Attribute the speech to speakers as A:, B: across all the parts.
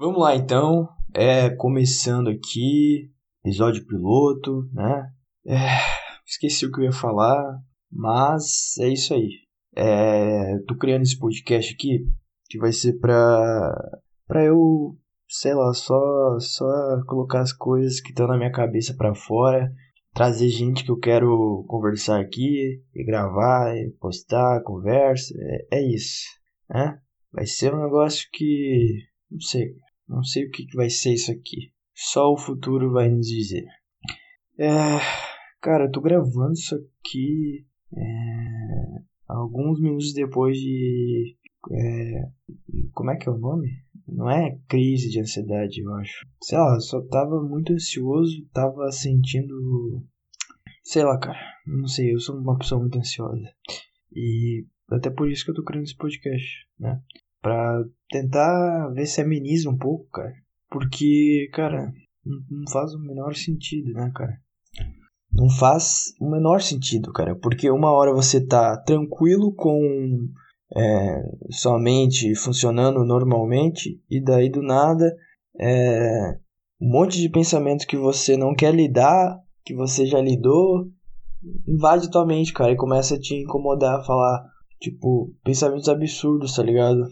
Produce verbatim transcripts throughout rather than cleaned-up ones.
A: Vamos lá então, é, começando aqui, episódio piloto, né? É, esqueci o que eu ia falar, mas é isso aí. É, tô criando esse podcast aqui, que vai ser pra, pra eu, sei lá, só, só colocar as coisas que estão na minha cabeça pra fora, trazer gente que eu quero conversar aqui, e gravar, e postar, conversa, é, é isso, né? Vai ser um negócio que, não sei, não sei o que, que vai ser isso aqui. Só o futuro vai nos dizer. É, cara, eu tô gravando isso aqui é, alguns minutos depois de... É, como é que é o nome? Não é crise de ansiedade, eu acho. Sei lá, eu só tava muito ansioso, tava sentindo... Sei lá, cara, não sei, eu sou uma pessoa muito ansiosa. E até por isso que eu tô criando esse podcast, né? Pra tentar ver se ameniza um pouco, cara. Porque, cara, não faz o menor sentido, né, cara? Não faz o menor sentido, cara. Porque uma hora você tá tranquilo com é, sua mente funcionando normalmente, e daí do nada é, um monte de pensamentos que você não quer lidar, que você já lidou, invade tua mente, cara, e começa a te incomodar, falar, tipo, pensamentos absurdos, tá ligado?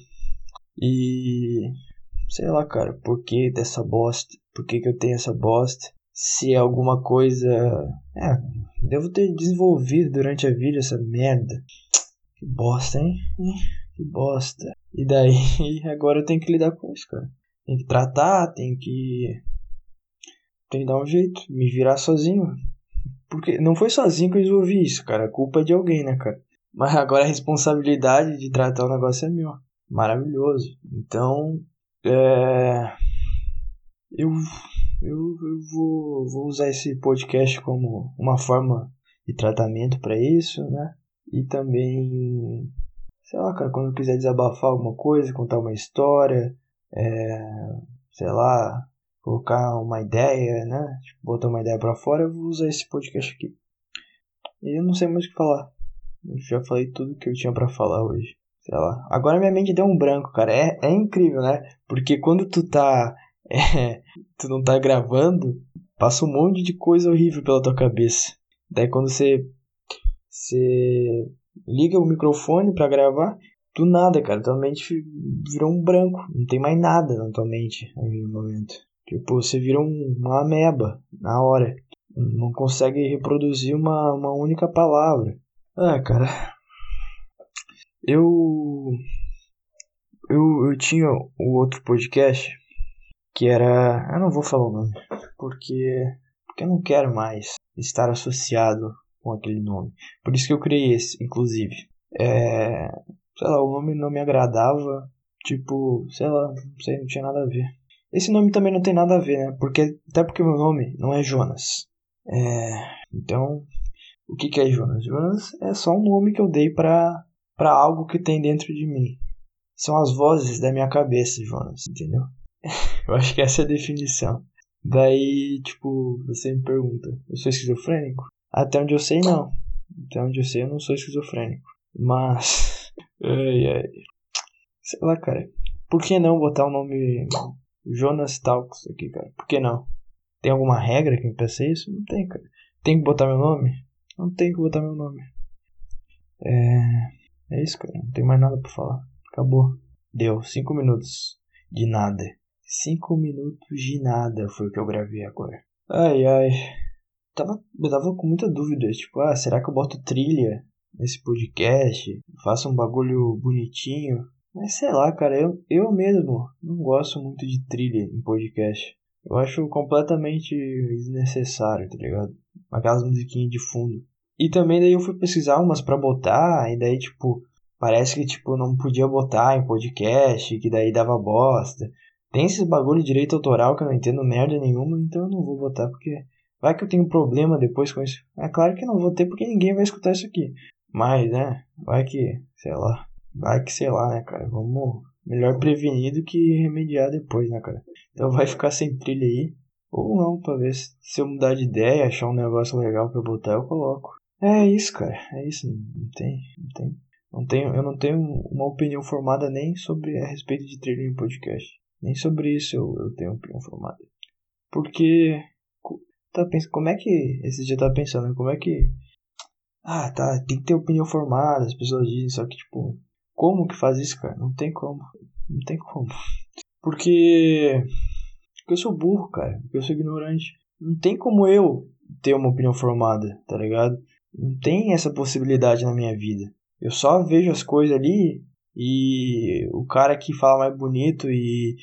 A: E sei lá, cara, por que dessa bosta? Por que que eu tenho essa bosta? Se é alguma coisa... É, devo ter desenvolvido durante a vida essa merda. Que bosta, hein? Que bosta. E daí, agora eu tenho que lidar com isso, cara. Tem que tratar, tem que... Tem que dar um jeito, me virar sozinho. Porque não foi sozinho que eu desenvolvi isso, cara. A culpa é de alguém, né, cara? Mas agora a responsabilidade de tratar o negócio é minha. Maravilhoso. Então, é... Eu, eu, eu vou, vou usar esse podcast como uma forma de tratamento para isso, né? E também, sei lá, cara, quando eu quiser desabafar alguma coisa, contar uma história, é, sei lá, colocar uma ideia, né? Tipo, botar uma ideia para fora, eu vou usar esse podcast aqui. E eu não sei mais o que falar. Eu já falei tudo que eu tinha para falar hoje. Sei lá. Agora minha mente deu um branco, cara. É, é incrível, né? Porque quando tu tá... É, tu não tá gravando, passa um monte de coisa horrível pela tua cabeça. Daí quando você... Você liga o microfone pra gravar, do nada, cara. Tua mente virou um branco. Não tem mais nada na tua mente naquele momento. Tipo, você vira um, uma ameba na hora. Não consegue reproduzir uma, uma única palavra. Ah, cara... Eu, eu, eu tinha o outro podcast que era... Eu não vou falar o nome, porque, porque eu não quero mais estar associado com aquele nome. Por isso que eu criei esse, inclusive. É, sei lá, o nome não me agradava, tipo, sei lá, não sei, não tinha nada a ver. Esse nome também não tem nada a ver, né? Porque, até porque meu nome não é Jonas. É, então, o que, que é Jonas? Jonas é só um nome que eu dei pra... para algo que tem dentro de mim. São as vozes da minha cabeça, Jonas, entendeu? Eu acho que essa é a definição. Daí, tipo, você me pergunta, eu sou esquizofrênico? Até onde eu sei, não. Até onde eu sei, eu não sou esquizofrênico. Mas, ai, ai. Sei lá, cara. Por que não botar o nome Jonas Talks aqui, cara? Por que não? Tem alguma regra que impeça isso? Não tem, cara. Tem que botar meu nome? Não tem que botar meu nome. É... É isso, cara. Não tem mais nada pra falar. Acabou. Deu. Cinco minutos de nada. Cinco minutos de nada foi o que eu gravei agora. Ai, ai. Tava, eu tava com muita dúvida. Tipo, ah, será que eu boto trilha nesse podcast? Faço um bagulho bonitinho? Mas sei lá, cara. Eu, eu mesmo não gosto muito de trilha em podcast. Eu acho completamente desnecessário, tá ligado? Aquelas musiquinhas de fundo. E também daí eu fui pesquisar umas pra botar, e daí, tipo, parece que, tipo, não podia botar em podcast, que daí dava bosta. Tem esses bagulho de direito autoral que eu não entendo merda nenhuma, então eu não vou botar, porque vai que eu tenho problema depois com isso. É claro que não vou ter, porque ninguém vai escutar isso aqui. Mas, né, vai que, sei lá, vai que, sei lá, né, cara, vamos... Melhor prevenir do que remediar depois, né, cara? Então vai ficar sem trilha aí. Ou não, talvez. Se eu mudar de ideia, achar um negócio legal pra eu botar, eu coloco. É isso, cara. É isso. Não tem, não tem. Não tenho, eu não tenho uma opinião formada nem sobre a respeito de trilha em podcast. Nem sobre isso eu, eu tenho opinião formada. Porque, tá pensando, como é que, esse dia eu tava pensando, né? Como é que, ah, tá, tem que ter opinião formada, as pessoas dizem, só que, tipo, como que faz isso, cara? Não tem como, não tem como. Porque, porque eu sou burro, cara, porque eu sou ignorante. Não tem como eu ter uma opinião formada, tá ligado? Não tem essa possibilidade na minha vida. Eu só vejo as coisas ali e o cara que fala mais bonito e,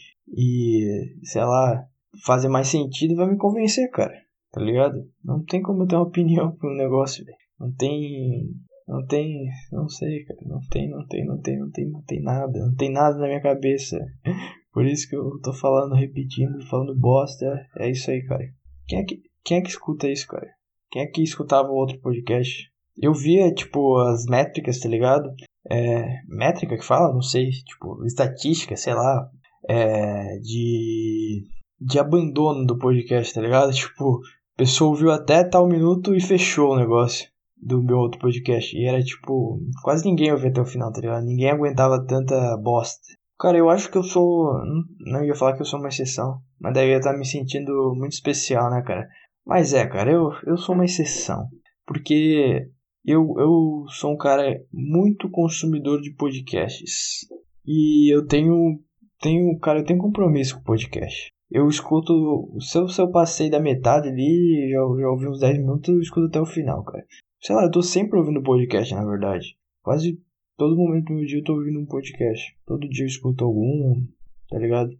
A: e sei lá, fazer mais sentido vai me convencer, cara. Tá ligado? Não tem como eu ter uma opinião pro negócio, velho. Não tem... Não tem... Não sei, cara. Não tem, não tem, não tem, não tem, não tem nada. Não tem nada na minha cabeça. Por isso que eu tô falando, repetindo, falando bosta. É isso aí, cara. Quem é que, quem é que escuta isso, cara? Quem é que escutava o outro podcast? Eu via, tipo, as métricas, tá ligado? É, métrica que fala? Não sei. Tipo, estatística, sei lá. É, de... De abandono do podcast, tá ligado? Tipo, a pessoa ouviu até tal minuto e fechou o negócio do meu outro podcast. E era, tipo, quase ninguém ouvia até o final, tá ligado? Ninguém aguentava tanta bosta. Cara, eu acho que eu sou... Não ia falar que eu sou uma exceção. Mas daí eu ia estar me sentindo muito especial, né, cara? Mas é, cara, eu, eu sou uma exceção. Porque eu, eu sou um cara muito consumidor de podcasts. E eu tenho... tenho cara, eu tenho compromisso com o podcast. Eu escuto... Se eu, se eu passei da metade ali, já, já ouvi uns dez minutos, eu escuto até o final, cara. Sei lá, eu tô sempre ouvindo podcast, na verdade. Quase... Todo momento do meu dia eu tô ouvindo um podcast. Todo dia eu escuto algum, tá ligado?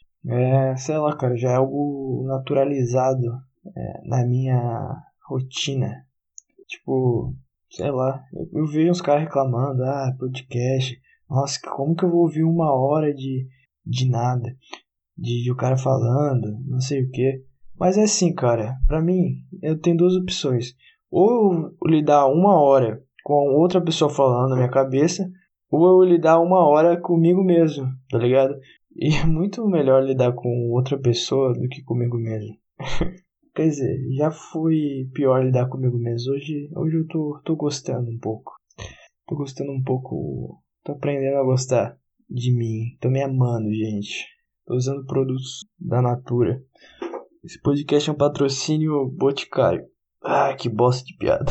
A: É, sei lá, cara, já é algo naturalizado é, na minha rotina. Tipo, sei lá, eu, eu vejo uns caras reclamando, ah, podcast. Nossa, como que eu vou ouvir uma hora de, de nada? De, de o cara falando, não sei o que. Mas é assim, cara, pra mim, eu tenho duas opções. Ou eu lidar uma hora com outra pessoa falando na minha cabeça, ou eu lidar uma hora comigo mesmo, tá ligado? E é muito melhor lidar com outra pessoa do que comigo mesmo. Quer dizer, já foi pior lidar comigo mesmo. Hoje, hoje eu tô, tô gostando um pouco. Tô gostando um pouco. Tô aprendendo a gostar de mim. Tô me amando, gente. Tô usando produtos da Natura. Esse podcast é um patrocínio Boticário. Ah, que bosta de piada.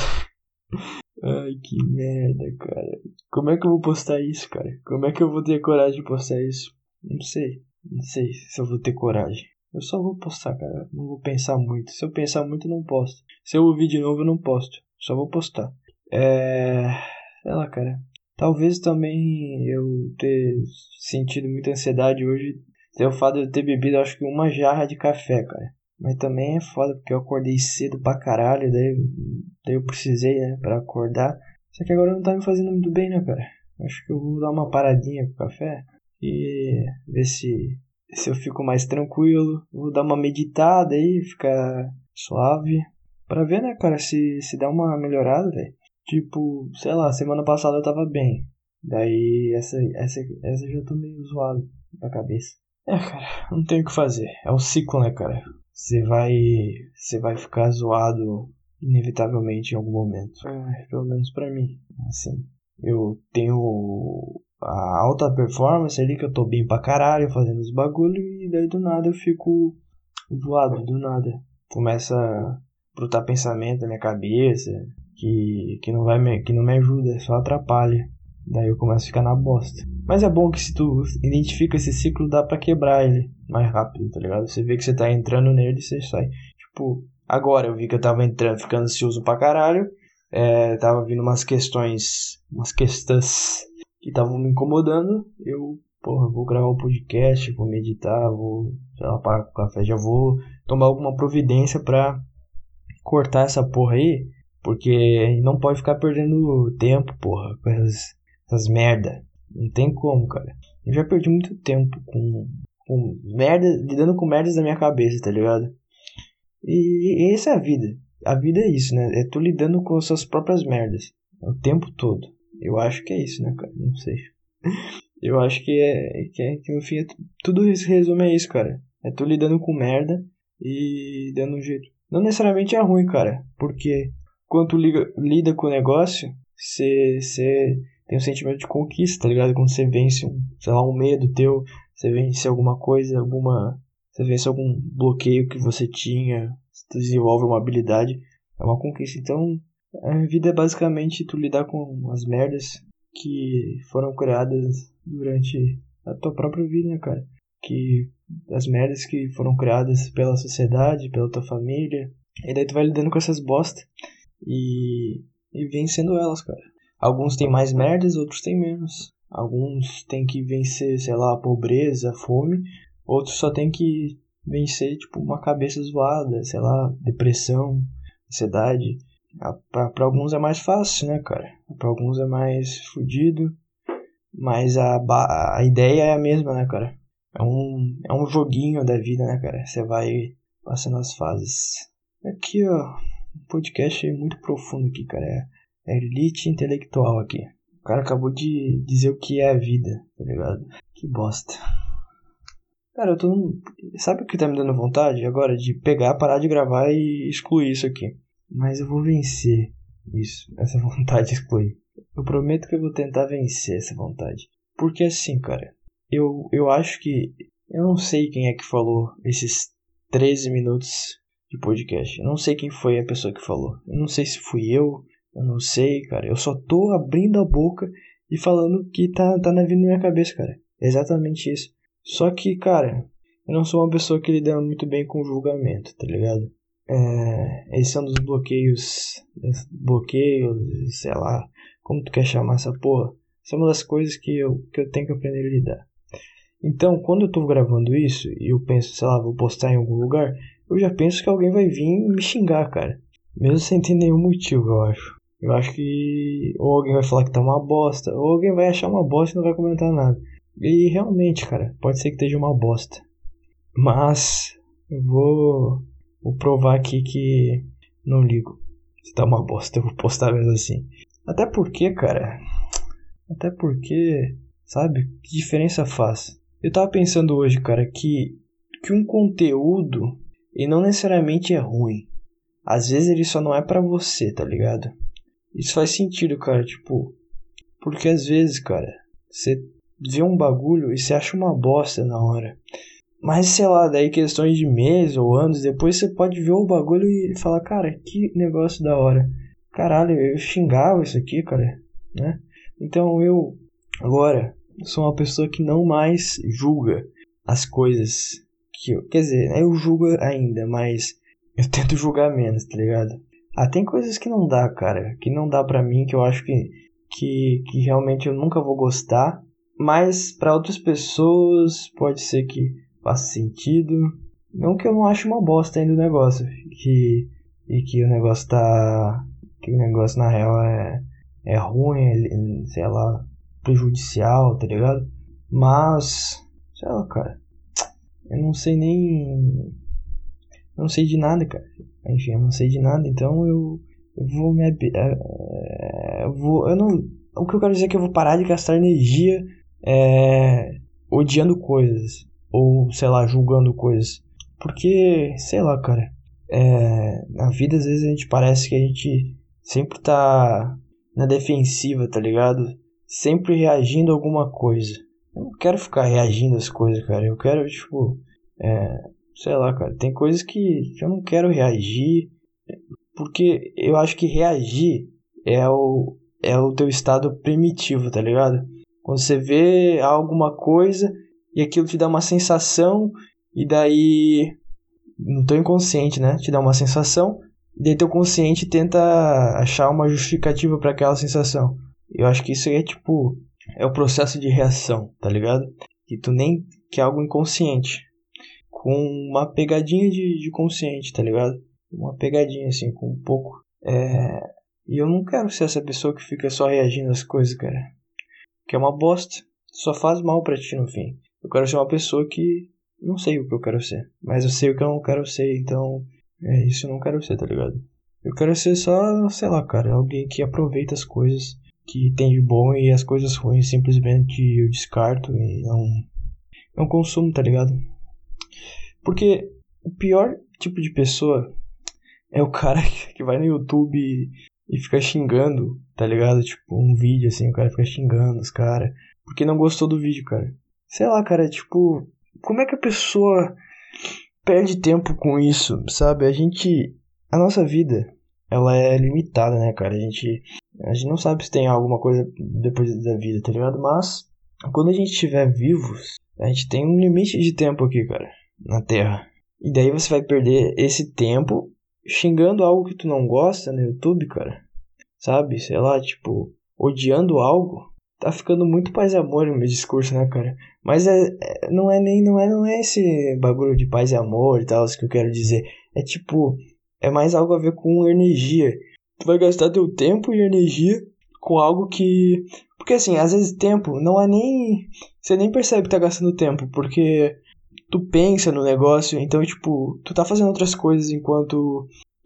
A: Ai, que merda, cara. Como é que eu vou postar isso, cara? Como é que eu vou ter coragem de postar isso? Não sei. Não sei se eu vou ter coragem. Eu só vou postar, cara. Não vou pensar muito. Se eu pensar muito, eu não posto. Se eu ouvir de novo, eu não posto. Só vou postar. É... Sei lá, cara. Talvez também eu ter sentido muita ansiedade hoje. Ter o fato de eu ter bebido, acho que uma jarra de café, cara. Mas também é foda, porque eu acordei cedo pra caralho, daí, daí eu precisei, né, pra acordar. Só que agora não tá me fazendo muito bem, né, cara? Acho que eu vou dar uma paradinha com o café e ver se, se eu fico mais tranquilo. Vou dar uma meditada aí, ficar suave. Pra ver, né, cara, se, se dá uma melhorada, velho. Tipo, sei lá, semana passada eu tava bem. Daí essa, essa, essa eu já tô meio zoado da cabeça. É, cara, não tem o que fazer. É um ciclo, né, cara? Você vai, você vai ficar zoado inevitavelmente em algum momento. É, pelo menos pra mim. Assim, eu tenho a alta performance ali, que eu tô bem pra caralho fazendo os bagulho, e daí do nada eu fico zoado, do nada. Começa a brotar pensamento na minha cabeça que, que, não vai me, que não me ajuda, só atrapalha. Daí eu começo a ficar na bosta. Mas é bom que se tu identifica esse ciclo, dá pra quebrar ele mais rápido, tá ligado? Você vê que você tá entrando nele e você sai. Tipo, agora eu vi que eu tava entrando, ficando ansioso pra caralho. É, tava vindo umas questões, umas questões que estavam me incomodando. Eu, porra, vou gravar um podcast, vou meditar, vou, sei lá, parar com o café. Já vou tomar alguma providência pra cortar essa porra aí. Porque não pode ficar perdendo tempo, porra, com essas... essas merda. Não tem como, cara. Eu já perdi muito tempo com, com merda, lidando com merdas da minha cabeça, tá ligado? E, e essa é a vida. A vida é isso, né? É tu lidando com as suas próprias merdas. O tempo todo. Eu acho que é isso, né, cara? Não sei. Eu acho que é, que, é, que no fim é, tudo se resume a isso, cara. É tu lidando com merda e dando um jeito. Não necessariamente é ruim, cara. Porque quando tu liga, lida com o negócio, você... tem um sentimento de conquista, tá ligado? Quando você vence um, sei lá, um medo teu, você vence alguma coisa, alguma... Você vence algum bloqueio que você tinha, você desenvolve uma habilidade, é uma conquista. Então, a vida é basicamente tu lidar com as merdas que foram criadas durante a tua própria vida, né, cara? Que as merdas que foram criadas pela sociedade, pela tua família, e daí tu vai lidando com essas bosta e, e vencendo elas, cara. Alguns têm mais merdas, outros têm menos. Alguns têm que vencer, sei lá, a pobreza, a fome. Outros só tem que vencer, tipo, uma cabeça zoada, sei lá, depressão, ansiedade. Pra, pra alguns é mais fácil, né, cara? Pra alguns é mais fudido. Mas a, a ideia é a mesma, né, cara? É um, é um joguinho da vida, né, cara? Você vai passando as fases. Aqui, ó, um podcast muito profundo aqui, cara. É, é elite intelectual aqui. O cara acabou de dizer o que é a vida, tá ligado? Que bosta. Cara, eu tô num... Sabe o que tá me dando vontade agora? De pegar, parar de gravar e excluir isso aqui. Mas eu vou vencer isso, essa vontade de excluir. Eu prometo que eu vou tentar vencer essa vontade. Porque assim, cara, eu, eu acho que... Eu não sei quem é que falou esses treze minutos de podcast. Eu não sei quem foi a pessoa que falou. Eu não sei se fui eu. Eu não sei, cara. Eu só tô abrindo a boca e falando o que tá, tá na vida na minha cabeça, cara. É exatamente isso. Só que, cara, eu não sou uma pessoa que lida muito bem com julgamento, tá ligado? É, esse é um dos bloqueios, bloqueios, sei lá, como tu quer chamar essa porra. Essa é uma das coisas que eu, que eu tenho que aprender a lidar. Então, quando eu tô gravando isso e eu penso, sei lá, vou postar em algum lugar, eu já penso que alguém vai vir me xingar, cara. Mesmo sem ter nenhum motivo, eu acho. Eu acho que ou alguém vai falar que tá uma bosta, ou alguém vai achar uma bosta e não vai comentar nada. E realmente, cara, pode ser que esteja uma bosta. Mas eu vou, vou provar aqui que não ligo. Se tá uma bosta, eu vou postar mesmo assim. Até porque, cara, até porque, sabe, que diferença faz? Eu tava pensando hoje, cara, que, que um conteúdo, ele não necessariamente é ruim. Às vezes ele só não é pra você, tá ligado? Isso faz sentido, cara, tipo... Porque às vezes, cara, você vê um bagulho e você acha uma bosta na hora. Mas, sei lá, daí questões de meses ou anos depois você pode ver o bagulho e falar, cara, que negócio da hora. Caralho, eu xingava isso aqui, cara, né? Então eu, agora, sou uma pessoa que não mais julga as coisas que eu... Quer dizer, eu julgo ainda, mas eu tento julgar menos, tá ligado? Ah, tem coisas que não dá, cara, que não dá pra mim, que eu acho que, que, que realmente eu nunca vou gostar. Mas pra outras pessoas pode ser que faça sentido. Não que eu não ache uma bosta ainda o negócio. Que, e que o negócio tá... Que o negócio na real é, é ruim, é, sei lá, prejudicial, tá ligado? Mas, sei lá, cara. Eu não sei nem... Eu não sei de nada, cara. Enfim, eu não sei de nada, então eu... Eu vou me... Eu vou... Eu não... O que eu quero dizer é que eu vou parar de gastar energia... É, odiando coisas ou, sei lá, julgando coisas, porque, sei lá, cara, é, na vida às vezes a gente parece que a gente sempre tá na defensiva, tá ligado? Sempre reagindo a alguma coisa. Eu não quero ficar reagindo às coisas, cara. Eu quero, tipo, é, sei lá, cara, tem coisas que, que eu não quero reagir, porque eu acho que reagir é o, é o teu estado primitivo, tá ligado? Quando você vê alguma coisa e aquilo te dá uma sensação, e daí, no teu inconsciente, né, te dá uma sensação, e daí teu consciente tenta achar uma justificativa para aquela sensação. Eu acho que isso aí é tipo, é o processo de reação, tá ligado? Que tu nem, que é algo inconsciente, com uma pegadinha de, de consciente, tá ligado? Uma pegadinha assim, com um pouco. É... E eu não quero ser essa pessoa que fica só reagindo às coisas, cara. Que é uma bosta, só faz mal pra ti no fim. Eu quero ser uma pessoa que não sei o que eu quero ser, mas eu sei o que eu não quero ser, então é isso, eu não quero ser, tá ligado? Eu quero ser só, sei lá, cara, alguém que aproveita as coisas que tem de bom e as coisas ruins simplesmente eu descarto e não, não consumo, tá ligado? Porque o pior tipo de pessoa é o cara que vai no YouTube e, e fica xingando, tá ligado? Tipo, um vídeo assim, o cara fica xingando os caras porque não gostou do vídeo, cara. sei lá, cara, tipo, como é que a pessoa perde tempo com isso, sabe? A gente, a nossa vida, ela é limitada, né, cara? A gente, a gente não sabe se tem alguma coisa depois da vida, tá ligado? Mas, quando a gente estiver vivos, a gente tem um limite de tempo aqui, cara, na Terra. E daí você vai perder esse tempo xingando algo que tu não gosta no YouTube, cara. Sabe? Sei lá, tipo, odiando algo. Tá ficando muito paz e amor no meu discurso, né, cara? Mas é, é, não é nem não é, não é esse bagulho de paz e amor e tal, isso que eu quero dizer. É tipo, é mais algo a ver com energia. Tu vai gastar teu tempo e energia com algo que... Porque assim, às vezes tempo não é nem... Você nem percebe que tá gastando tempo, porque tu pensa no negócio, então, tipo, tu tá fazendo outras coisas enquanto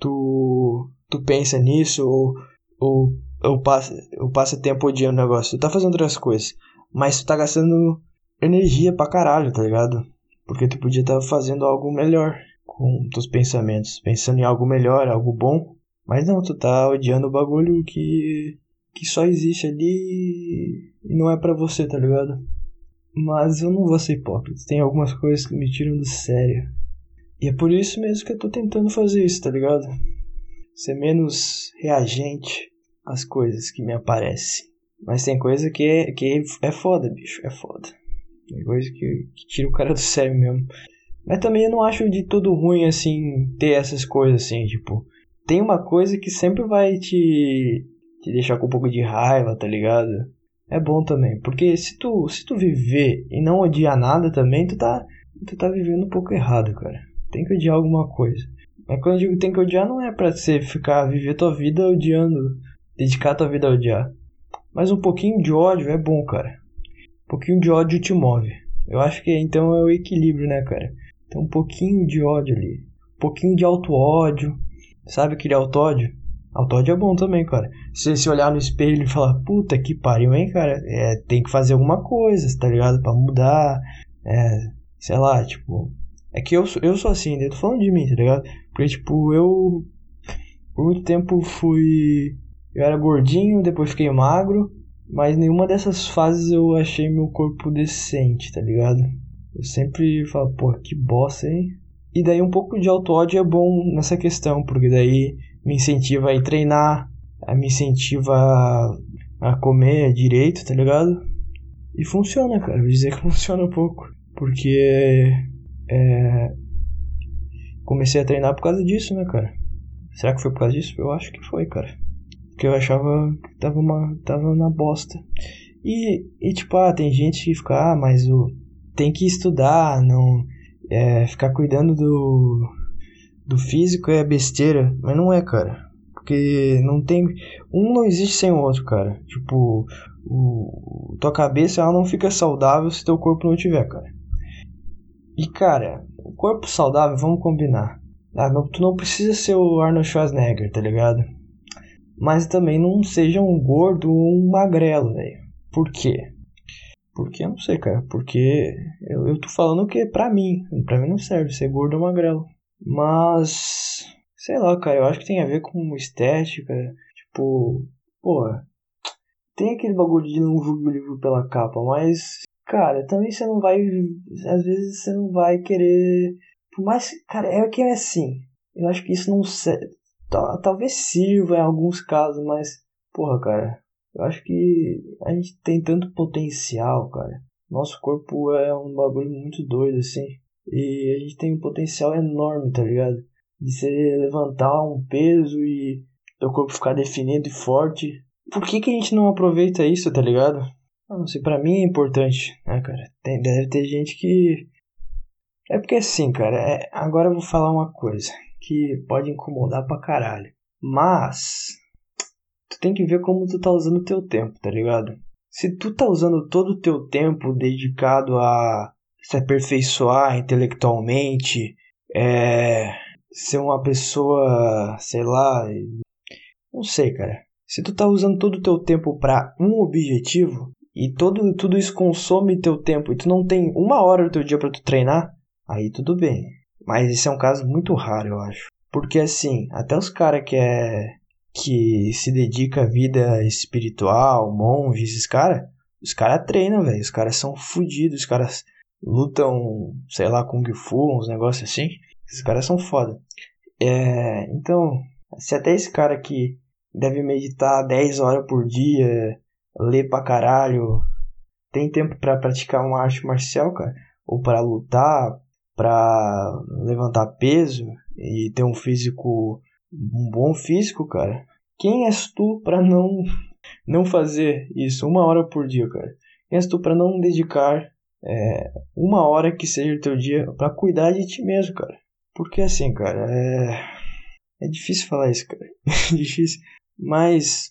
A: tu, tu pensa nisso, ou, ou, ou, passa, ou passa tempo odiando o negócio. Tu tá fazendo outras coisas, mas tu tá gastando energia pra caralho, tá ligado? Porque tu podia estar fazendo algo melhor com teus pensamentos, pensando em algo melhor, algo bom, mas não, tu tá odiando o bagulho que, que só existe ali e não é pra você, tá ligado? Mas eu não vou ser hipócrita. Tem algumas coisas que me tiram do sério. E é por isso mesmo que eu tô tentando fazer isso, tá ligado? Ser menos reagente às coisas que me aparecem. Mas tem coisa que é, que é foda, bicho. É foda. Tem coisa que, que tira o cara do sério mesmo. Mas também eu não acho de todo ruim, assim, ter essas coisas, assim, tipo... Tem uma coisa que sempre vai te, te deixar com um pouco de raiva, tá ligado? É bom também, porque se tu, se tu viver e não odiar nada também, tu tá, tu tá vivendo um pouco errado, cara. Tem que odiar alguma coisa. Mas quando eu digo tem que odiar, não é pra você ficar, viver tua vida odiando, dedicar tua vida a odiar. Mas um pouquinho de ódio é bom, cara. Um pouquinho de ódio te move. Eu acho que então é o equilíbrio, né, cara? Tem um pouquinho de ódio ali. Um pouquinho de auto-ódio. Sabe aquele auto-ódio? Auto-ódio é bom também, cara. Se você olhar no espelho e falar, puta que pariu, hein, cara? É, tem que fazer alguma coisa, tá ligado? Pra mudar. É, sei lá, tipo... É que eu, eu sou assim, né? Eu tô falando de mim, tá ligado? Porque, tipo, eu... Por muito tempo fui... Eu era gordinho, depois fiquei magro. Mas nenhuma dessas fases eu achei meu corpo decente, tá ligado? Eu sempre falo, pô, que bosta, hein? E daí um pouco de auto-ódio é bom nessa questão, porque daí me incentiva a ir treinar, me incentiva a, a comer direito, tá ligado? E funciona, cara, vou dizer que funciona um pouco, porque é, comecei a treinar por causa disso, né, cara? Será que foi por causa disso? Eu acho que foi, cara. Porque eu achava que tava, uma, tava na bosta. E, e tipo, ah, tem gente que fica, ah, mas o, tem que estudar, não... É, ficar cuidando do, do físico é besteira, mas não é, cara. Porque não tem... Um não existe sem o outro, cara. Tipo, o, tua cabeça ela não fica saudável se teu corpo não tiver, cara. E, cara, o corpo saudável, vamos combinar. Ah, não, tu não precisa ser o Arnold Schwarzenegger, tá ligado? Mas também não seja um gordo ou um magrelo, velho. Por quê? Porque eu não sei, cara. Porque eu, eu tô falando que é pra mim. Pra mim não serve ser gordo ou magrelo. Mas... Sei lá, cara. Eu acho que tem a ver com estética. Tipo... Porra. Tem aquele bagulho de não julgar o livro pela capa. Mas... Cara, também você não vai... Às vezes você não vai querer... Por mais... Cara, é que é assim. Eu acho que isso não serve... Talvez sirva em alguns casos, mas... Porra, cara... Eu acho que a gente tem tanto potencial, cara. Nosso corpo é um bagulho muito doido, assim. E a gente tem um potencial enorme, tá ligado? De você levantar um peso e teu corpo ficar definido e forte. Por que que a gente não aproveita isso, tá ligado? Eu não sei, pra mim é importante, né, cara? Tem, deve ter gente que... É porque assim, cara, é... agora eu vou falar uma coisa que pode incomodar pra caralho. Mas... Tu tem que ver como tu tá usando o teu tempo, tá ligado? Se tu tá usando todo o teu tempo dedicado a se aperfeiçoar intelectualmente, é, ser uma pessoa, sei lá, não sei, cara. Se tu tá usando todo o teu tempo pra um objetivo e todo, tudo isso consome teu tempo e tu não tem uma hora do teu dia pra tu treinar, aí tudo bem. Mas esse é um caso muito raro, eu acho. Porque assim, até os caras que é... que se dedica à vida espiritual, monge, esses caras, os caras treinam, velho. Os caras são fodidos. Os caras lutam, sei lá, Kung Fu, uns negócios assim. Esses caras são foda. É, então, se até esse cara que deve meditar dez horas por dia, ler pra caralho, tem tempo pra praticar uma arte marcial, cara, ou pra lutar, pra levantar peso e ter um físico, um bom físico, cara, quem és tu pra não, não fazer isso uma hora por dia, cara? Quem és tu pra não dedicar é, uma hora que seja o teu dia pra cuidar de ti mesmo, cara? Porque assim, cara, é, é difícil falar isso, cara, é difícil, mas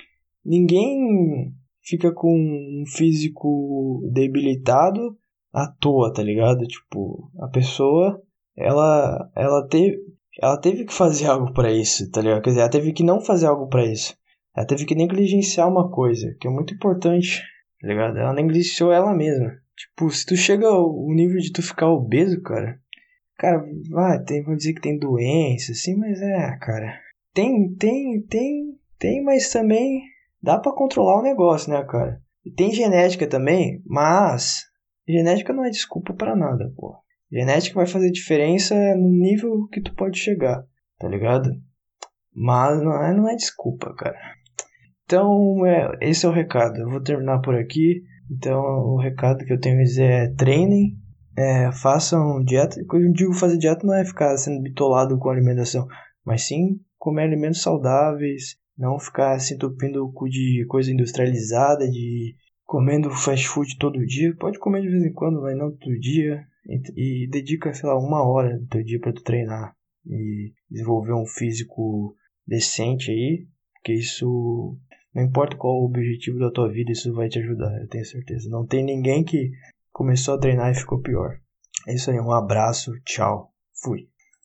A: ninguém fica com um físico debilitado à toa, tá ligado? Tipo, a pessoa, ela, ela, teve, ela teve que fazer algo pra isso, tá ligado? Quer dizer, ela teve que não fazer algo pra isso. Ela teve que negligenciar uma coisa, que é muito importante, tá ligado? Ela negligenciou ela mesma. Tipo, se tu chega ao nível de tu ficar obeso, cara, cara, vai, tem, vou dizer que tem doença, assim, mas é, cara, tem, tem, tem, tem, mas também dá pra controlar o negócio, né, cara? E tem genética também, mas genética não é desculpa pra nada, pô. Genética vai fazer diferença no nível que tu pode chegar, tá ligado? Mas não é, não é desculpa, cara. Então, é, esse é o recado. Eu vou terminar por aqui. Então, o recado que eu tenho a dizer é treinem, é, façam dieta. Quando eu digo fazer dieta não é ficar sendo bitolado com a alimentação, mas sim comer alimentos saudáveis, não ficar se entupindo o cu de coisa industrializada, de comendo fast food todo dia. Pode comer de vez em quando, mas não todo dia. E, e dedica, sei lá, uma hora do teu dia pra tu treinar e desenvolver um físico decente aí, porque isso, não importa qual o objetivo da tua vida, isso vai te ajudar, eu tenho certeza. Não tem ninguém que começou a treinar e ficou pior. É isso aí, um abraço, tchau, fui.